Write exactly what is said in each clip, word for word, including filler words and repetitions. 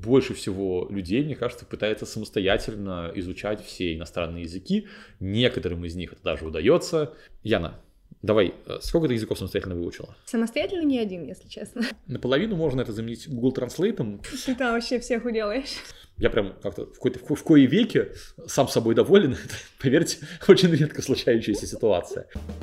больше всего людей, мне кажется, пытается самостоятельно изучать все иностранные языки. Некоторым из них это даже удается. Яна, давай, сколько ты языков самостоятельно выучила? Самостоятельно не один, если честно. Наполовину можно это заменить Google Translate. Ты там вообще всех уделаешь. Я прям как-то в, в, в кои веке сам собой доволен. Это, поверьте, очень редко случающаяся ситуация.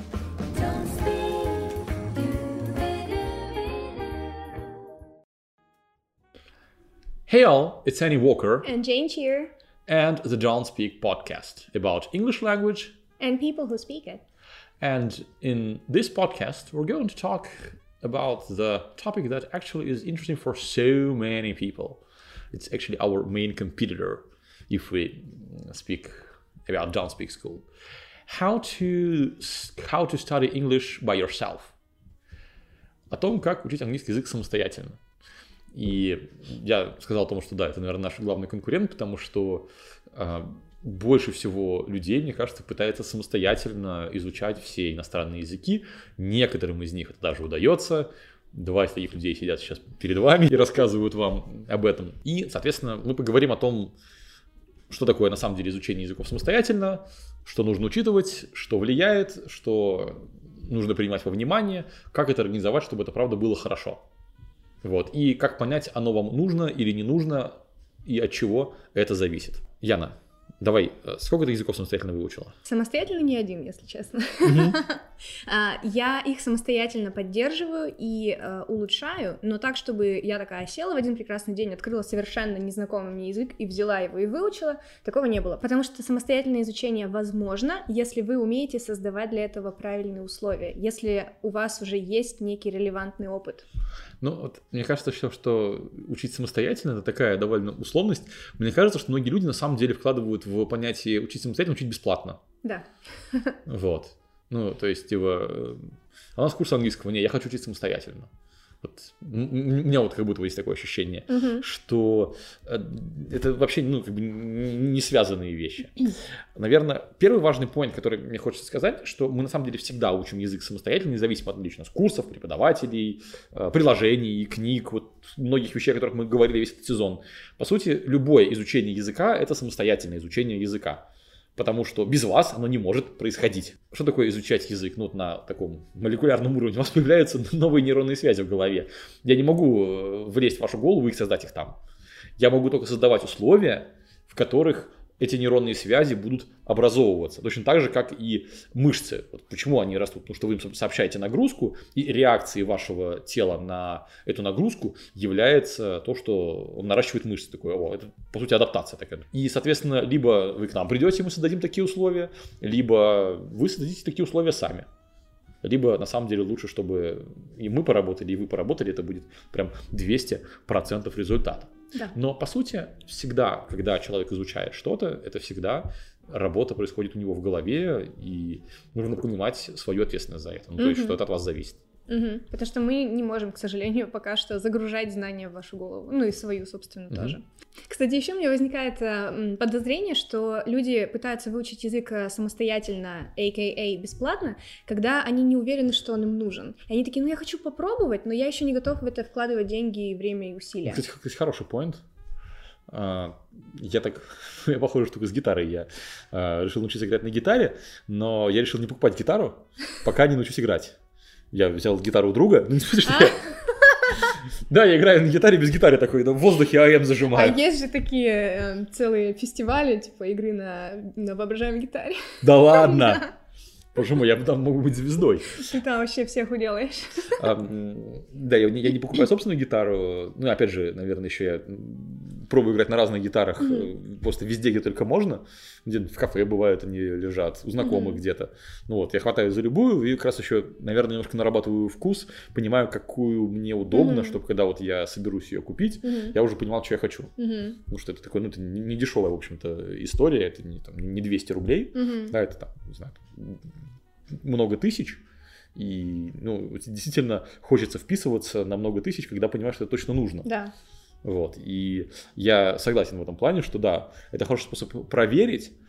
Hey all, it's Annie Walker. And Jane here. And the Don't Speak podcast about English language. And people who speak it. And in this podcast, we're going to talk about the topic that actually is interesting for so many people. It's actually our main competitor, if we speak about Don't Speak School. How to, how to study English by yourself. О том, как учить английский язык самостоятельно. И я сказал о том, что да, это, наверное, наш главный конкурент, потому что э, больше всего людей, мне кажется, пытается самостоятельно изучать все иностранные языки. Некоторым из них это даже удается. Два из таких людей сидят сейчас перед вами и рассказывают вам об этом. И, соответственно, мы поговорим о том, что такое на самом деле изучение языков самостоятельно, что нужно учитывать, что влияет, что нужно принимать во внимание, как это организовать, чтобы это правда было хорошо. Вот. И как понять, оно вам нужно или не нужно, и от чего это зависит. Яна, давай, сколько ты языков самостоятельно выучила? Самостоятельно не один, если честно. Mm-hmm. Я их самостоятельно поддерживаю и э, улучшаю, но так, чтобы я такая села в один прекрасный день, открыла совершенно незнакомый мне язык и взяла его и выучила, такого не было. Потому что самостоятельное изучение возможно, если вы умеете создавать для этого правильные условия, если у вас уже есть некий релевантный опыт. Ну, вот, мне кажется, что, что учить самостоятельно — это такая довольно условность. Мне кажется, что многие люди на самом деле вкладывают в понятие учить самостоятельно, учить бесплатно. Да. Вот. Ну, то есть, типа, а у нас курс английского, не, я хочу учить самостоятельно. Вот. У меня вот как будто есть такое ощущение, uh-huh. что это вообще, ну, как бы не связанные вещи. Наверное, первый важный поинт, который мне хочется сказать, что мы на самом деле всегда учим язык самостоятельно, независимо от лично с курсов, преподавателей, приложений, книг, вот многих вещей, о которых мы говорили весь этот сезон. По сути, любое изучение языка — это самостоятельное изучение языка. Потому что без вас оно не может происходить. Что такое изучать язык? Ну, на таком молекулярном уровне у вас появляются новые нейронные связи в голове. Я не могу влезть в вашу голову и создать их там. Я могу только создавать условия, в которых эти нейронные связи будут образовываться. Точно так же, как и мышцы. Вот почему они растут? Потому что вы им сообщаете нагрузку, и реакцией вашего тела на эту нагрузку является то, что он наращивает мышцы. Такое, о, это, по сути, адаптация такая. И, соответственно, либо вы к нам придете, и мы создадим такие условия, либо вы создадите такие условия сами. Либо, на самом деле, лучше, чтобы и мы поработали, и вы поработали, это будет прям двести процентов результата. Да. Но, по сути, всегда, когда человек изучает что-то, это всегда работа происходит у него в голове, и нужно понимать свою ответственность за это. Ну, то mm-hmm. есть, что это от вас зависит. Угу. Потому что мы не можем, к сожалению, пока что загружать знания в вашу голову, ну и свою, собственно, угу. тоже. Кстати, еще у меня возникает э, подозрение, что люди пытаются выучить язык самостоятельно, а ка а бесплатно, когда они не уверены, что он им нужен. И они такие, ну я хочу попробовать, но я еще не готов в это вкладывать деньги, время и усилия. Кстати, кстати хороший поинт. Я так, я похожую штуку с гитарой, я uh, решил научиться играть на гитаре, но я решил не покупать гитару, пока не научусь играть. Я взял гитару у друга, ну не смысле, что я... Да, я играю на гитаре без гитары такой, в воздухе АМ зажимаю. А есть же такие э, целые фестивали, типа игры на, на воображаемой гитаре. Да ладно? Боже мой, я там могу быть звездой. Ты там вообще всех уделаешь. А, да, я не, я не покупаю собственную гитару. Ну, опять же, наверное, еще я пробую играть на разных гитарах, mm-hmm. просто везде, где только можно. Где в кафе бывают, они лежат, у знакомых mm-hmm. где-то. Ну вот, я хватаю за любую и как раз еще, наверное, немножко нарабатываю вкус, понимаю, какую мне удобно, mm-hmm. чтобы когда вот я соберусь ее купить, mm-hmm. я уже понимал, что я хочу. Mm-hmm. Потому что это такой, ну, это не дешевая, в общем-то, история, это не, там, не двести рублей, mm-hmm. да, это там, не знаю, много тысяч. И, ну, действительно хочется вписываться на много тысяч, когда понимаешь, что это точно нужно. Да. Вот. И я согласен в этом плане, что да, это хороший способ проверить,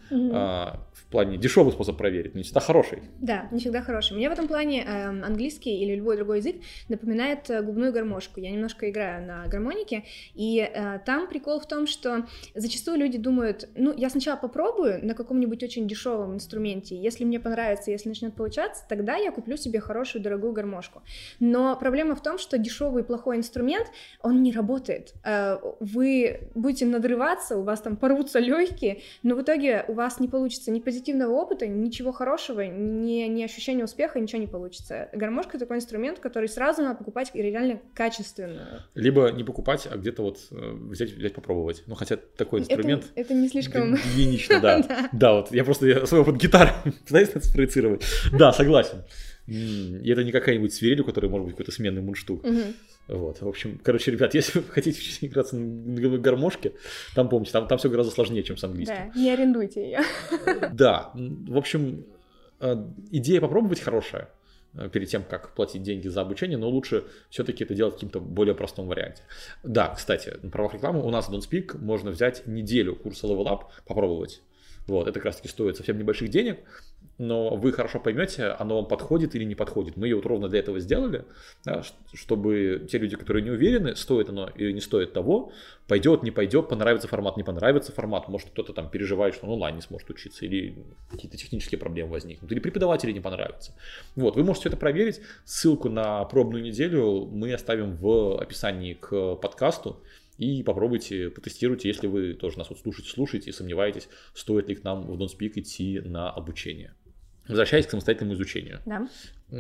Угу. А, в плане дешевый способ проверить, но не всегда хороший. Да, не всегда хороший. Мне в этом плане э, английский или любой другой язык напоминает э, губную гармошку. Я немножко играю на гармонике, и э, там прикол в том, что зачастую люди думают, ну, я сначала попробую на каком-нибудь очень дешевом инструменте, если мне понравится, если начнет получаться, тогда я куплю себе хорошую дорогую гармошку. Но проблема в том, что дешевый плохой инструмент, он не работает. Э, вы будете надрываться, у вас там порвутся легкие, но в итоге у вас не получится ни позитивного опыта, ничего хорошего, ни, ни ощущения успеха, ничего не получится. Гармошка — такой инструмент, который сразу надо покупать реально качественную. Либо не покупать, а где-то вот взять, взять попробовать. Ну, хотя такой инструмент... Это, это не слишком... Гигиенично, да. Да, вот я просто свой опыт гитары пытаюсь это спроецировать. Да, согласен. И это не какая-нибудь свирель, у которой может быть какой-то сменный мундштук. Вот, в общем, короче, ребят, если вы хотите играться на гармошке, там помните, там, там все гораздо сложнее, чем с английским. Да, не арендуйте ее. Да, в общем, идея попробовать хорошая перед тем, как платить деньги за обучение, но лучше все-таки это делать в каким-то более простом варианте. Да, кстати, на правах рекламы у нас в Don't Speak можно взять неделю курса Level Up, попробовать. Вот, это как раз таки стоит совсем небольших денег, но вы хорошо поймете, оно вам подходит или не подходит. Мы ее вот ровно для этого сделали, да, чтобы те люди, которые не уверены, стоит оно или не стоит того, пойдет, не пойдет, понравится формат, не понравится формат, может кто-то там переживает, что он онлайн не сможет учиться, или какие-то технические проблемы возникнут, или преподавателю не понравится. Вот, вы можете это проверить, ссылку на пробную неделю мы оставим в описании к подкасту. И попробуйте, потестируйте, если вы тоже нас вот слушаете, слушаете и сомневаетесь, стоит ли к нам в Don't Speak идти на обучение. Возвращаясь к самостоятельному изучению. Да.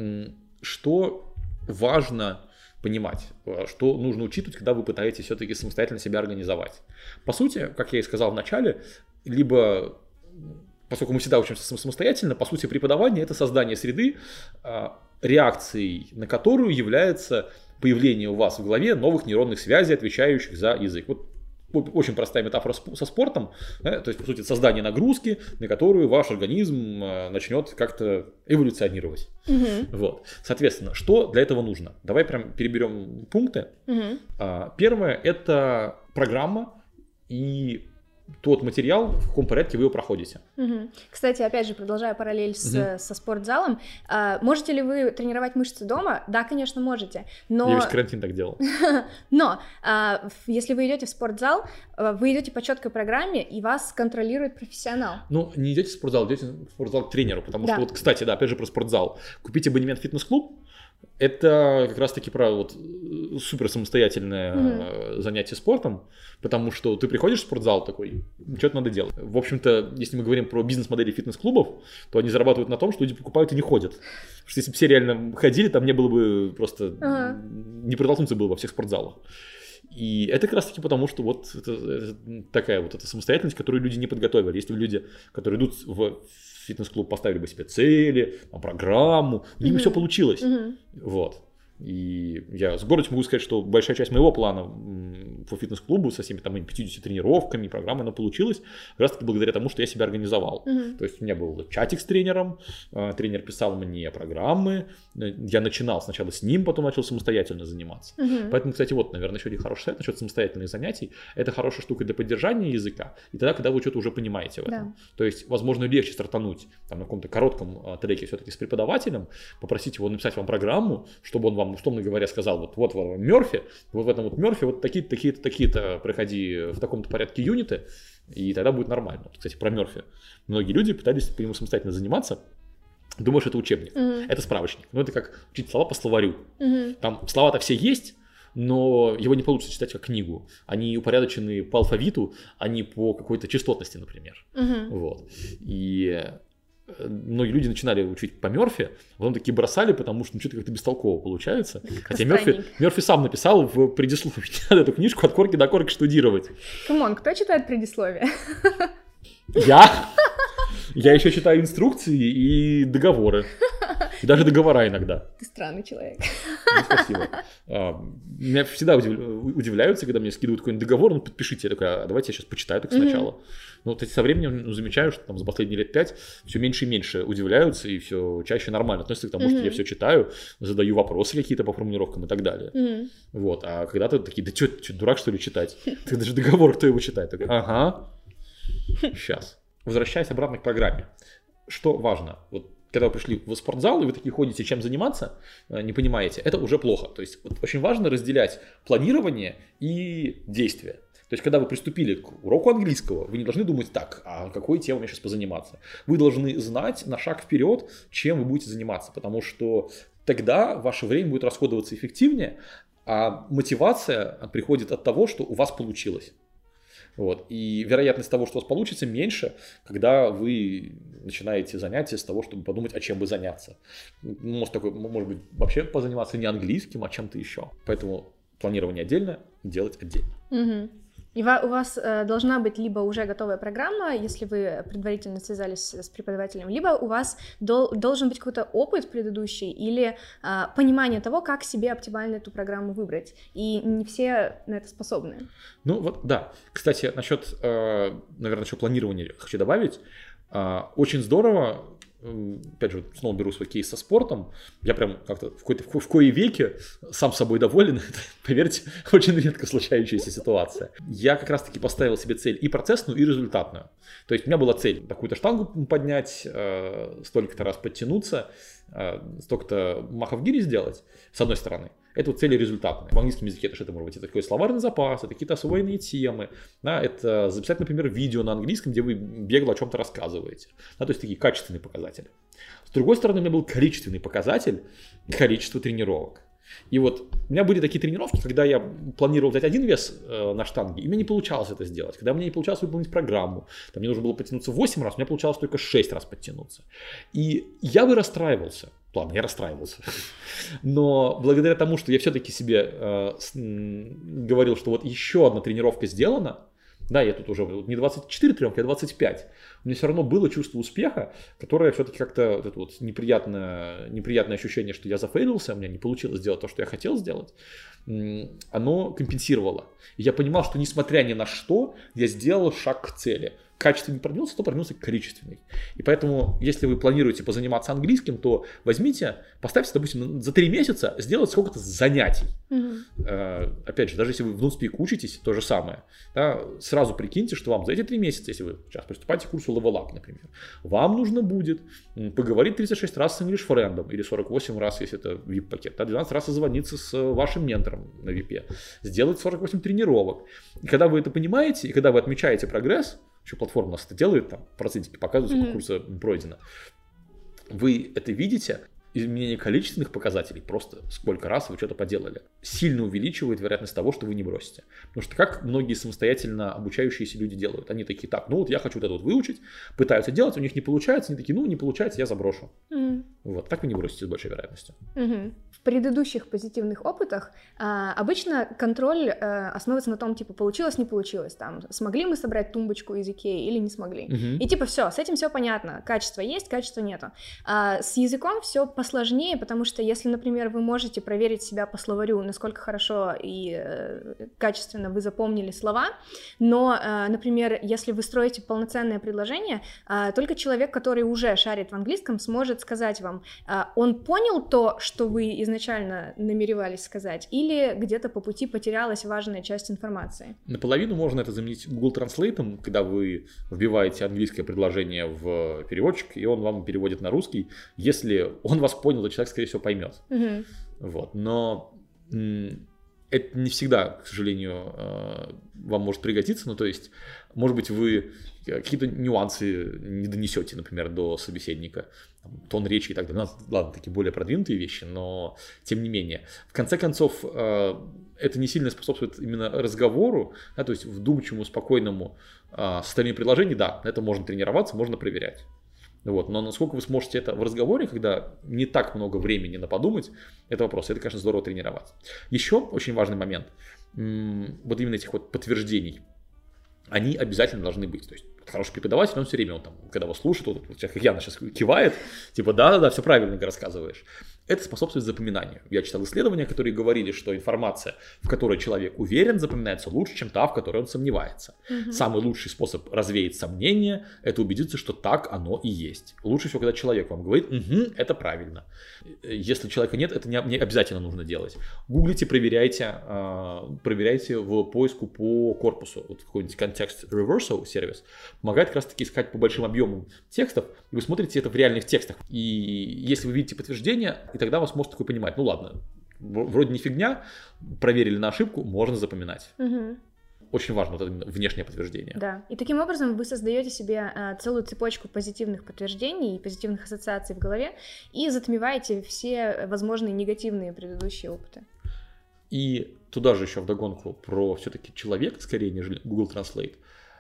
Что важно понимать, что нужно учитывать, когда вы пытаетесь все-таки самостоятельно себя организовать. По сути, как я и сказал в начале, либо, поскольку мы всегда учимся самостоятельно, по сути, преподавание – это создание среды, реакцией на которую является появление у вас в голове новых нейронных связей, отвечающих за язык. Вот очень простая метафора со спортом, да, то есть, по сути, создание нагрузки, на которую ваш организм начнет как-то эволюционировать. Угу. Вот. Соответственно, что для этого нужно? Давай прям переберем пункты. Угу. Первое – это программа и тот материал, в каком порядке вы его проходите. Угу. Кстати, опять же, продолжая параллель с, угу. со спортзалом, а, можете ли вы тренировать мышцы дома? Да, конечно, можете. Но... Я весь карантин так делал. Но а, если вы идете в спортзал, вы идете по четкой программе, и вас контролирует профессионал. Ну, не идете в спортзал, идете в спортзал к тренеру, потому да. что, вот, кстати, да, опять же про спортзал. Купить абонемент в фитнес-клуб, это как раз-таки про вот супер самостоятельное mm-hmm. занятие спортом, потому что ты приходишь в спортзал такой, что-то надо делать. В общем-то, если мы говорим про бизнес-модели фитнес-клубов, то они зарабатывают на том, что люди покупают и не ходят. Потому что если бы все реально ходили, там не было бы просто, uh-huh. не протолкнуться было во всех спортзалах. И это как раз-таки потому, что вот это, это такая вот эта самостоятельность, которую люди не подготовили. Если люди, которые идут в фитнес-клуб, поставили бы себе цели, программу, у них бы mm-hmm. все получилось. Mm-hmm. Вот. И я с гордостью могу сказать, что большая часть моего плана по фитнес-клубу со всеми там пятьюдесятью тренировками, программой, она получилась как раз таки благодаря тому, что я себя организовал. Uh-huh. То есть у меня был чатик с тренером, тренер писал мне программы, я начинал сначала с ним, потом начал самостоятельно заниматься. Uh-huh. Поэтому, кстати, вот, наверное, еще один хороший совет насчет самостоятельных занятий. Это хорошая штука для поддержания языка, и тогда, когда вы что-то уже понимаете в этом. Да. То есть, возможно, легче стартануть там, на каком-то коротком треке все-таки с преподавателем, попросить его написать вам программу, чтобы он вам, условно говоря, сказал, вот, вот вам Мёрфи, вот в этом вот Мёрфи, вот такие-то, такие-то, такие-то проходи в таком-то порядке юниты, и тогда будет нормально. Кстати, про Мёрфи. Многие люди пытались по нему самостоятельно заниматься, думаешь, это учебник, mm-hmm. это справочник. Ну, это как учить слова по словарю. Mm-hmm. Там слова-то все есть, но его не получится читать как книгу. Они упорядочены по алфавиту, а не по какой-то частотности, например. Mm-hmm. Вот. И многие люди начинали учить по Мёрфи, потом такие бросали, потому что ну, что-то как-то бестолково получается. Хотя Мёрфи, Мёрфи сам написал в предисловии, не надо эту книжку от корки до корки штудировать. Камон, кто читает предисловие? Я? Я еще читаю инструкции и договоры. И даже договора иногда. Ты странный человек. Ну, спасибо. А, меня всегда удивляются, когда мне скидывают какой-нибудь договор, ну подпишите. Я такой, а давайте я сейчас почитаю так сначала. Mm-hmm. Но вот со временем ну, замечаю, что там за последние лет пять все меньше и меньше удивляются и все чаще нормально относятся к тому, mm-hmm. что я все читаю, задаю вопросы какие-то по формулировкам и так далее. Mm-hmm. Вот. А когда-то такие, да что, дурак что ли читать? Ты даже договор, кто его читает? Такой, ага, сейчас. возвращаясь обратно к программе, что важно? Вот когда вы пришли в спортзал, и вы такие ходите, чем заниматься, не понимаете, это уже плохо. То есть вот очень важно разделять планирование и действие. То есть, когда вы приступили к уроку английского, вы не должны думать так, а какой темой мне сейчас позаниматься. Вы должны знать на шаг вперед, чем вы будете заниматься, потому что тогда ваше время будет расходоваться эффективнее, а мотивация приходит от того, что у вас получилось. Вот. И вероятность того, что у вас получится, меньше, когда вы начинаете занятия с того, чтобы подумать, о чем бы заняться. Может, такой, может быть, вообще позаниматься не английским, а чем-то еще. Поэтому планирование отдельно, делать отдельно. Угу. И у вас э, должна быть либо уже готовая программа, если вы предварительно связались с преподавателем, либо у вас дол- должен быть какой-то опыт предыдущий или э, понимание того, как себе оптимально эту программу выбрать. И не все на это способны. Ну вот, да. Кстати, насчет, э, наверное, еще планирования хочу добавить. Э, очень здорово. Опять же, снова беру свой кейс со спортом. Я прям как-то в, в, в кои веки сам собой доволен. Это, поверьте, очень редко случающаяся ситуация. Я как раз-таки поставил себе цель и процессную, и результатную. То есть у меня была цель такую-то штангу поднять, э, столько-то раз подтянуться, э, столько-то махов гири сделать, с одной стороны. Это вот цели результатные. В английском языке это что это может быть? Это такой словарный запас, это какие-то освоенные темы. Да, это записать, например, видео на английском, где вы бегло о чем-то рассказываете. Да, то есть такие качественные показатели. С другой стороны, у меня был количественный показатель, количество тренировок. И вот у меня были такие тренировки, когда я планировал взять один вес э, на штанге, и мне не получалось это сделать. Когда мне не получалось выполнить программу, там мне нужно было подтянуться восемь раз, у меня получалось только шесть раз подтянуться. И я бы расстраивался. Ладно, я расстраивался. Но благодаря тому, что я все-таки себе э, с, м, говорил, что вот еще одна тренировка сделана, да, я тут уже не двадцать четыре тренировки, а двадцать пять. У меня все равно было чувство успеха, которое все-таки как-то вот это вот неприятное, неприятное ощущение, что я зафейлился, у меня не получилось сделать то, что я хотел сделать, оно компенсировало. И я понимал, что несмотря ни на что, я сделал шаг к цели. Качественный не продвинулся, то продвинулся количественный. И поэтому, если вы планируете позаниматься английским, то возьмите, поставьте, допустим, за три месяца сделать сколько-то занятий. Mm-hmm. Э, опять же, даже если вы в NoSpeak учитесь, то же самое. Да, сразу прикиньте, что вам за эти три месяца, если вы сейчас приступаете к курсу Level Up, например, вам нужно будет поговорить тридцать шесть раз с English Friend, или сорок восемь раз, если это ви ай пи-пакет, да, двенадцать раз созвониться с вашим ментором на ви ай пи, сделать сорок восемь тренировок. И когда вы это понимаете, и когда вы отмечаете прогресс, еще платформа у нас это делает, там процентики показывают, сколько mm-hmm. курса пройдено. Вы это видите, изменение количественных показателей, просто сколько раз вы что-то поделали, сильно увеличивает вероятность того, что вы не бросите. Потому что как многие самостоятельно обучающиеся люди делают? Они такие, так, ну вот я хочу вот это вот выучить, пытаются делать, у них не получается, они такие, ну не получается, я заброшу. Mm-hmm. Вот, так вы не бросите с большой вероятностью. Mm-hmm. В предыдущих позитивных опытах а, обычно контроль а, основывается на том, типа, получилось, не получилось, там, смогли мы собрать тумбочку из Икеи или не смогли. Mm-hmm. И типа все, с этим все понятно, качество есть, качества нету. А, с языком все посложнее, потому что если, например, вы можете проверить себя по словарю, насколько хорошо и э, качественно вы запомнили слова, но, э, например, если вы строите полноценное предложение, э, только человек, который уже шарит в английском, сможет сказать вам, э, он понял то, что вы изначально намеревались сказать, или где-то по пути потерялась важная часть информации. Наполовину можно это заменить Google Translate, когда вы вбиваете английское предложение в переводчик, и он вам переводит на русский. Если он вас понял, то человек, скорее всего, поймет. Uh-huh. Вот. Но м- это не всегда, к сожалению, э- вам может пригодиться. Ну, то есть, может быть, вы какие-то нюансы не донесете, например, до собеседника, тон речи и так далее. Ну, ладно, такие более продвинутые вещи, но тем не менее. В конце концов, э- это не сильно способствует именно разговору, да, то есть вдумчивому, спокойному э- состоянию предложений. Да, это можно тренироваться, можно проверять. Вот. Но насколько вы сможете это в разговоре, когда не так много времени на подумать, это вопрос. Это, конечно, здорово тренировать. Еще очень важный момент. Вот именно этих вот подтверждений. Они обязательно должны быть. То есть хороший преподаватель, он все время, он там, когда вас слушает, он, как Яна сейчас кивает, типа да-да-да, все правильно рассказываешь. это способствует запоминанию. Я читал исследования, которые говорили, что информация, в которой человек уверен, запоминается лучше, чем та, в которой он сомневается. Угу. Самый лучший способ развеять сомнения – это убедиться, что так оно и есть. Лучше всего, когда человек вам говорит: угу, это правильно. Если человека нет, это не, не обязательно нужно делать. Гуглите, проверяйте, проверяйте в поиску по корпусу. Вот какой-нибудь Context Reversal сервис помогает как раз-таки искать по большим объемам текстов, и вы смотрите это в реальных текстах. И если вы видите подтверждение, и тогда вас может такой понимать: ну ладно, вроде не фигня, проверили на ошибку, можно запоминать. Угу. Очень важно вот это внешнее подтверждение. Да, и таким образом вы создаете себе а, целую цепочку позитивных подтверждений и позитивных ассоциаций в голове и затмеваете все возможные негативные предыдущие опыты. И туда же еще вдогонку про все-таки человек, скорее, нежели Google Translate.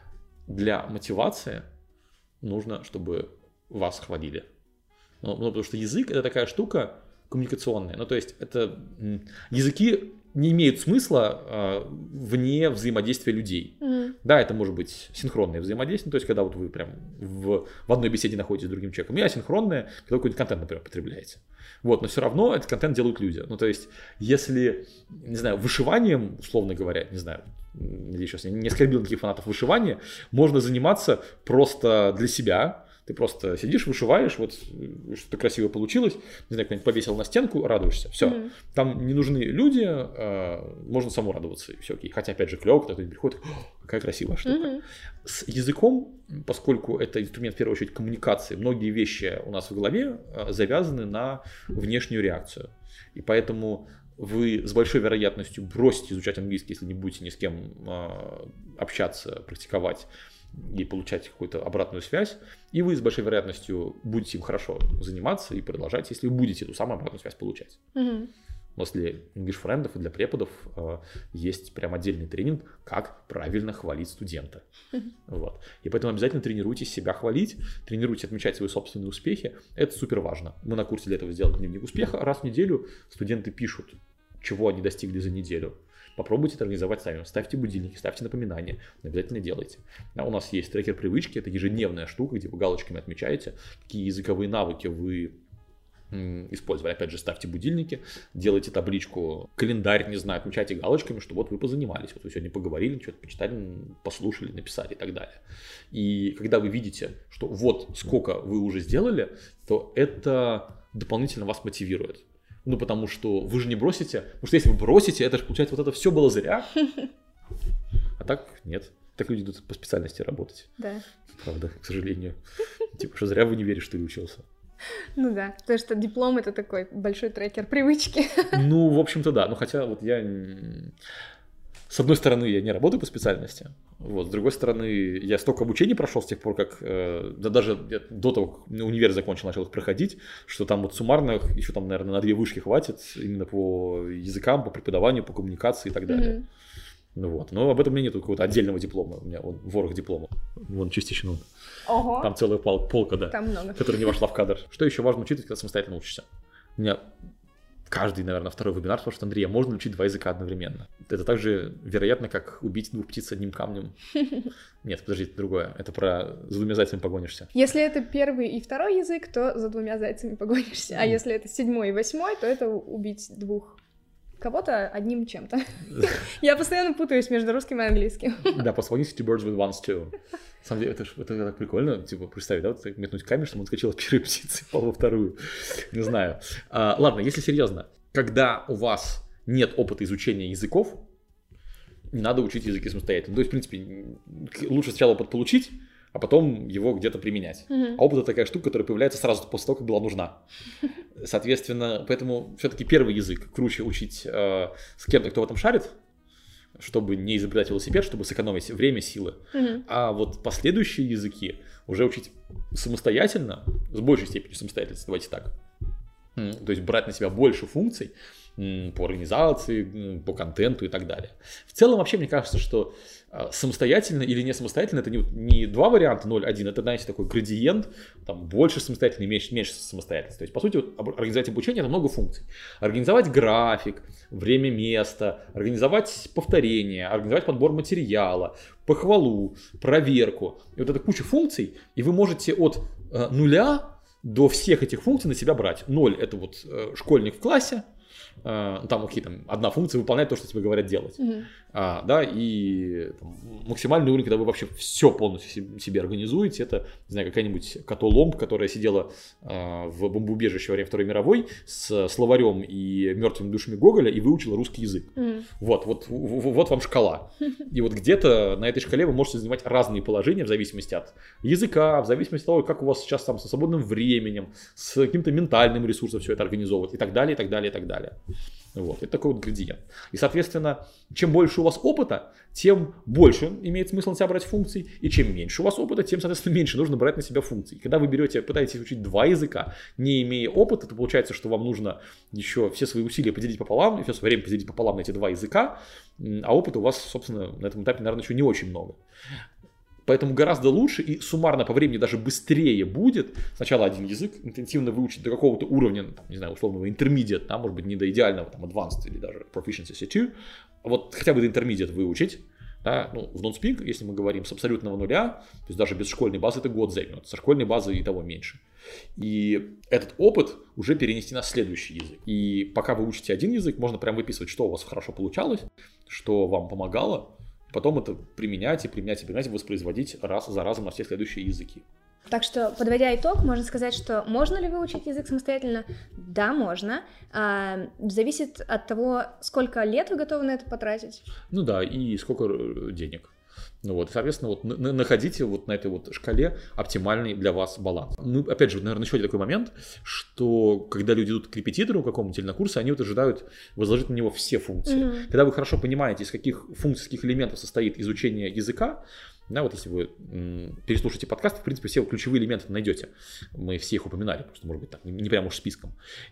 Для мотивации нужно, чтобы вас хвалили. Ну, ну, потому что язык — это такая штука коммуникационная. Ну, то есть это языки не имеют смысла э, вне взаимодействия людей. Mm-hmm. Да, это может быть синхронное взаимодействие, то есть когда вот вы прям в, в одной беседе находитесь с другим человеком, и асинхронное, когда какой-нибудь контент, например, потребляете. Вот, но все равно этот контент делают люди. Ну, то есть, если, не знаю, вышиванием, условно говоря, не знаю, или сейчас не оскорбил никаких фанатов вышивания, можно заниматься просто для себя. Ты просто сидишь, вышиваешь, вот что-то красивое получилось, не знаю, кто-нибудь повесил на стенку, радуешься, все. Mm-hmm. Там не нужны люди, э, можно самому радоваться, и все окей. Хотя, опять же, клево, когда кто-нибудь приходит: какая красивая штука. Mm-hmm. С языком, поскольку это инструмент, в первую очередь, коммуникации, многие вещи у нас в голове завязаны на внешнюю реакцию. И поэтому вы с большой вероятностью бросите изучать английский, если не будете ни с кем э, общаться, практиковать и получать какую-то обратную связь, и вы с большой вероятностью будете им хорошо заниматься и продолжать, если вы будете эту самую обратную связь получать. Mm-hmm. У нас для English Friends и для преподов э, есть прям отдельный тренинг, как правильно хвалить студента. Mm-hmm. Вот. И поэтому обязательно тренируйтесь себя хвалить, тренируйтесь отмечать свои собственные успехи. Это супер важно. Мы на курсе для этого сделали дневник успеха. Раз в неделю студенты пишут, чего они достигли за неделю. Попробуйте это организовать сами. Ставьте будильники, ставьте напоминания. Обязательно делайте. А у нас есть трекер привычки. Это ежедневная штука, где вы галочками отмечаете, какие языковые навыки вы м, использовали. Опять же, ставьте будильники, делайте табличку, календарь, не знаю, отмечайте галочками, что вот вы позанимались. Вот вы сегодня поговорили, что-то почитали, послушали, написали и так далее. И когда вы видите, что вот сколько вы уже сделали, то это дополнительно вас мотивирует. Ну, потому что вы же не бросите. Потому что если вы бросите, это же, получается, вот это все было зря. А так нет. Так люди идут по специальности работать. Да. Правда, к сожалению. Типа, что зря вы не верите, что ты учился. Ну да, потому что диплом — это такой большой трекер привычки. Ну, в общем-то, да. Ну, хотя вот я... С одной стороны, я не работаю по специальности, вот, с другой стороны, я столько обучений прошел с тех пор, как, э, да даже я до того, как универ закончил, начал их проходить, что там вот суммарно еще там, наверное, на две вышки хватит именно по языкам, по преподаванию, по коммуникации и так далее. Mm-hmm. Ну вот, но об этом у меня нет какого-то отдельного диплома, у меня вон, ворох диплома, вон частично, ну, Ого. Там целая пол, полка, да, там много. Которая не вошла в кадр. Что еще важно учитывать, когда самостоятельно учишься? У меня... Каждый, наверное, второй вебинар спрашивает: Андрей, а можно учить два языка одновременно? Это так же вероятно, как убить двух птиц одним камнем. Нет, подожди, это другое. Это про за двумя зайцами погонишься. Если это первый и второй язык, то за двумя зайцами погонишься. А если это седьмой и восьмой, то это убить двух кого-то одним чем-то. Я постоянно путаюсь между русским и английским. Да, по two birds with one stone. На самом деле, это, это так прикольно, типа, представить, да, вот метнуть камень, чтобы он скачал от первой птицы и пал во вторую. Не знаю. А, ладно, если серьезно, когда у вас нет опыта изучения языков, не надо учить языки самостоятельно. То есть, в принципе, лучше сначала опыт получить, а потом его где-то применять. Mm-hmm. А опыт — это такая штука, которая появляется сразу после того, как была нужна. Соответственно, поэтому все-таки первый язык круче учить э, с кем-то, кто в этом шарит, чтобы не изобретать велосипед, чтобы сэкономить время, силы. Mm-hmm. А вот последующие языки уже учить самостоятельно, с большей степенью самостоятельности, давайте так. Mm-hmm. То есть брать на себя больше функций м, по организации, м, по контенту и так далее. В целом, вообще, мне кажется, что э, самостоятельно или не самостоятельно — это не, не два варианта ноль один, это, знаете, такой градиент, там больше самостоятельно и меньше, меньше самостоятельности. То есть, по сути, вот, организовать обучение — это много функций. Организовать график, время, место, организовать повторение, организовать подбор материала, похвалу, проверку. И вот это куча функций, и вы можете от э, нуля до всех этих функций на себя брать. Ноль – это вот э, школьник в классе, э, там, окей, там одна функция выполняет то, что тебе говорят делать. Mm-hmm. А, да, и там, максимальный уровень, когда вы вообще все полностью себе организуете, это, не знаю, какая-нибудь Католомб, которая сидела э, в бомбоубежище во время Второй мировой с словарем и мертвыми душами Гоголя и выучила русский язык. Mm. Вот, вот, вот вам шкала. И вот где-то на этой шкале вы можете занимать разные положения в зависимости от языка, в зависимости от того, как у вас сейчас там со свободным временем, с каким-то ментальным ресурсом все это организовывать и так далее, и так далее, и так далее. Вот, это такой вот градиент. И, соответственно, чем больше у вас опыта, тем больше имеет смысл на себя брать функций, и чем меньше у вас опыта, тем, соответственно, меньше нужно брать на себя функций. Когда вы берете, пытаетесь учить два языка, не имея опыта, то получается, что вам нужно еще все свои усилия поделить пополам, и все свое время поделить пополам на эти два языка, а опыта у вас, собственно, на этом этапе, наверное, еще не очень много. Поэтому гораздо лучше и суммарно по времени даже быстрее будет сначала один язык интенсивно выучить до какого-то уровня, там, не знаю, условного intermediate, да, может быть, не до идеального, там, advanced или даже proficiency си два, вот хотя бы до intermediate выучить. Да, ну, в Nonspeak, если мы говорим с абсолютного нуля, то есть даже без школьной базы, это год займет, со школьной базы и того меньше. И этот опыт уже перенести на следующий язык. И пока вы учите один язык, можно прям выписывать, что у вас хорошо получалось, что вам помогало, потом это применять и применять и применять и воспроизводить раз за разом на все следующие языки. Так что, подводя итог, можно сказать, что можно ли выучить язык самостоятельно? Да, можно. А, зависит от того, сколько лет вы готовы на это потратить. Ну да, и сколько денег. Ну вот, соответственно, вот находите вот на этой вот шкале оптимальный для вас баланс. Ну, опять же, наверное, еще один такой момент, что когда люди идут к репетитору какому-то или на курсы, они вот ожидают возложить на него все функции. Mm-hmm. Когда вы хорошо понимаете, из каких функций, из каких элементов состоит изучение языка, да, вот если вы м, переслушаете подкаст, в принципе, все ключевые элементы найдете. Мы все их упоминали, просто, может быть, так, не, не прямо уж списком.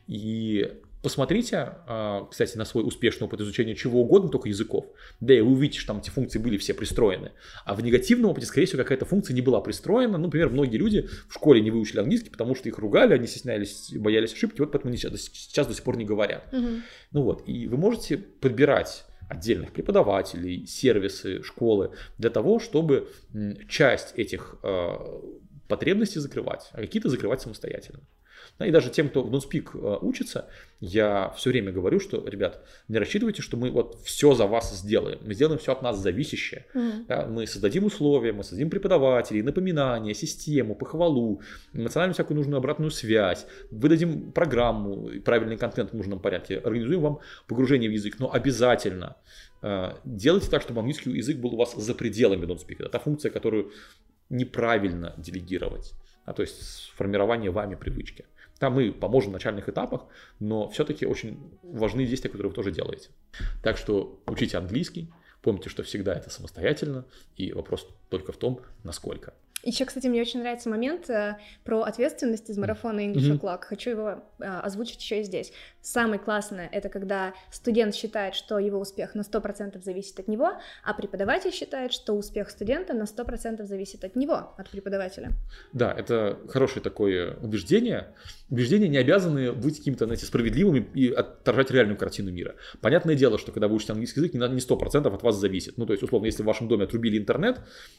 И посмотрите, кстати, на свой успешный опыт изучения чего угодно, только языков. Да, и вы увидите, что там эти функции были все пристроены. А в негативном опыте, скорее всего, какая-то функция не была пристроена. Ну, например, многие люди в школе не выучили английский, потому что их ругали, они стеснялись, боялись ошибки, вот поэтому они сейчас, сейчас до сих пор не говорят. Угу. Ну вот, и вы можете подбирать отдельных преподавателей, сервисы, школы для того, чтобы часть этих э, потребностей закрывать, а какие-то закрывать самостоятельно. Да, и даже тем, кто в Nonspeak э, учится, я все время говорю, что, ребят, не рассчитывайте, что мы вот все за вас сделаем. Мы сделаем все от нас зависящее. Mm-hmm. Да, мы создадим условия, мы создадим преподавателей, напоминания, систему, похвалу, эмоциональную всякую нужную обратную связь, выдадим программу, правильный контент в нужном порядке, организуем вам погружение в язык, но обязательно э, делайте так, чтобы английский язык был у вас за пределами Nonspeak. Это та функция, которую неправильно делегировать, а, то есть формирование вами привычки. Там мы поможем в начальных этапах, но все-таки очень важны действия, которые вы тоже делаете. Так что учите английский, помните, что всегда это самостоятельно, и вопрос только в том, насколько. Еще, кстати, мне очень нравится момент э, про ответственность из марафона English mm-hmm. O'Clock. Хочу его э, озвучить еще и здесь. Самое классное — это когда студент считает, что его успех на сто процентов зависит от него, а преподаватель считает, что успех студента на сто процентов зависит от него, от преподавателя. Да, это хорошее такое убеждение. Убеждения не обязаны быть какими-то, знаете, справедливыми и отражать реальную картину мира. Понятное дело, что когда вы учите английский язык, не сто процентов от вас зависит. Ну, то есть, условно, если в вашем доме отрубили интернет,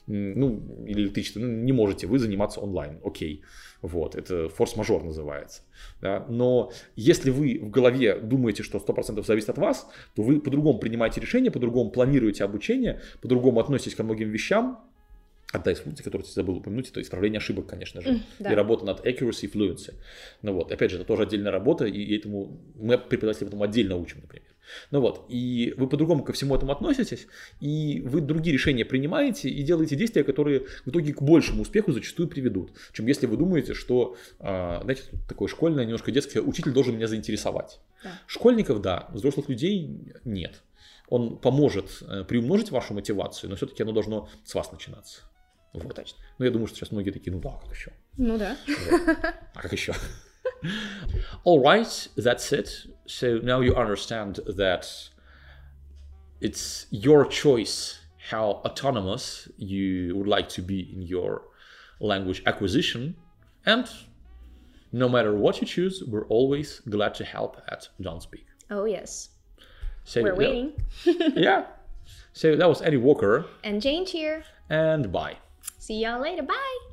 ну, или электричество, ну, не можете вы заниматься онлайн, окей, вот, это форс-мажор называется, да? Но если вы в голове думаете, что сто процентов зависит от вас, то вы по-другому принимаете решения, по-другому планируете обучение, по-другому относитесь ко многим вещам. Одна из функций, которую я забыл упомянуть, это исправление ошибок, конечно же, mm, да. И работа над accuracy и fluency. Ну вот, опять же, это тоже отдельная работа, и этому мы преподаватели этому отдельно учим, например. Ну вот, и вы по-другому ко всему этому относитесь, и вы другие решения принимаете и делаете действия, которые в итоге к большему успеху зачастую приведут, чем если вы думаете, что, знаете, такое школьное, немножко детское, учитель должен меня заинтересовать. Да. Школьников, да, взрослых людей нет. Он поможет приумножить вашу мотивацию, но все-таки оно должно с вас начинаться. Вот. Точно. Ну, я думаю, что сейчас многие такие, ну да, как еще? Ну да. Вот. А как еще? All right, that's it. So now you understand that it's your choice how autonomous you would like to be in your language acquisition. And no matter what you choose, we're always glad to help at Nonspeak. Oh, yes. So, we're waiting. Yeah. So that was Eddie Walker. And Jane here. And bye. See y'all later. Bye.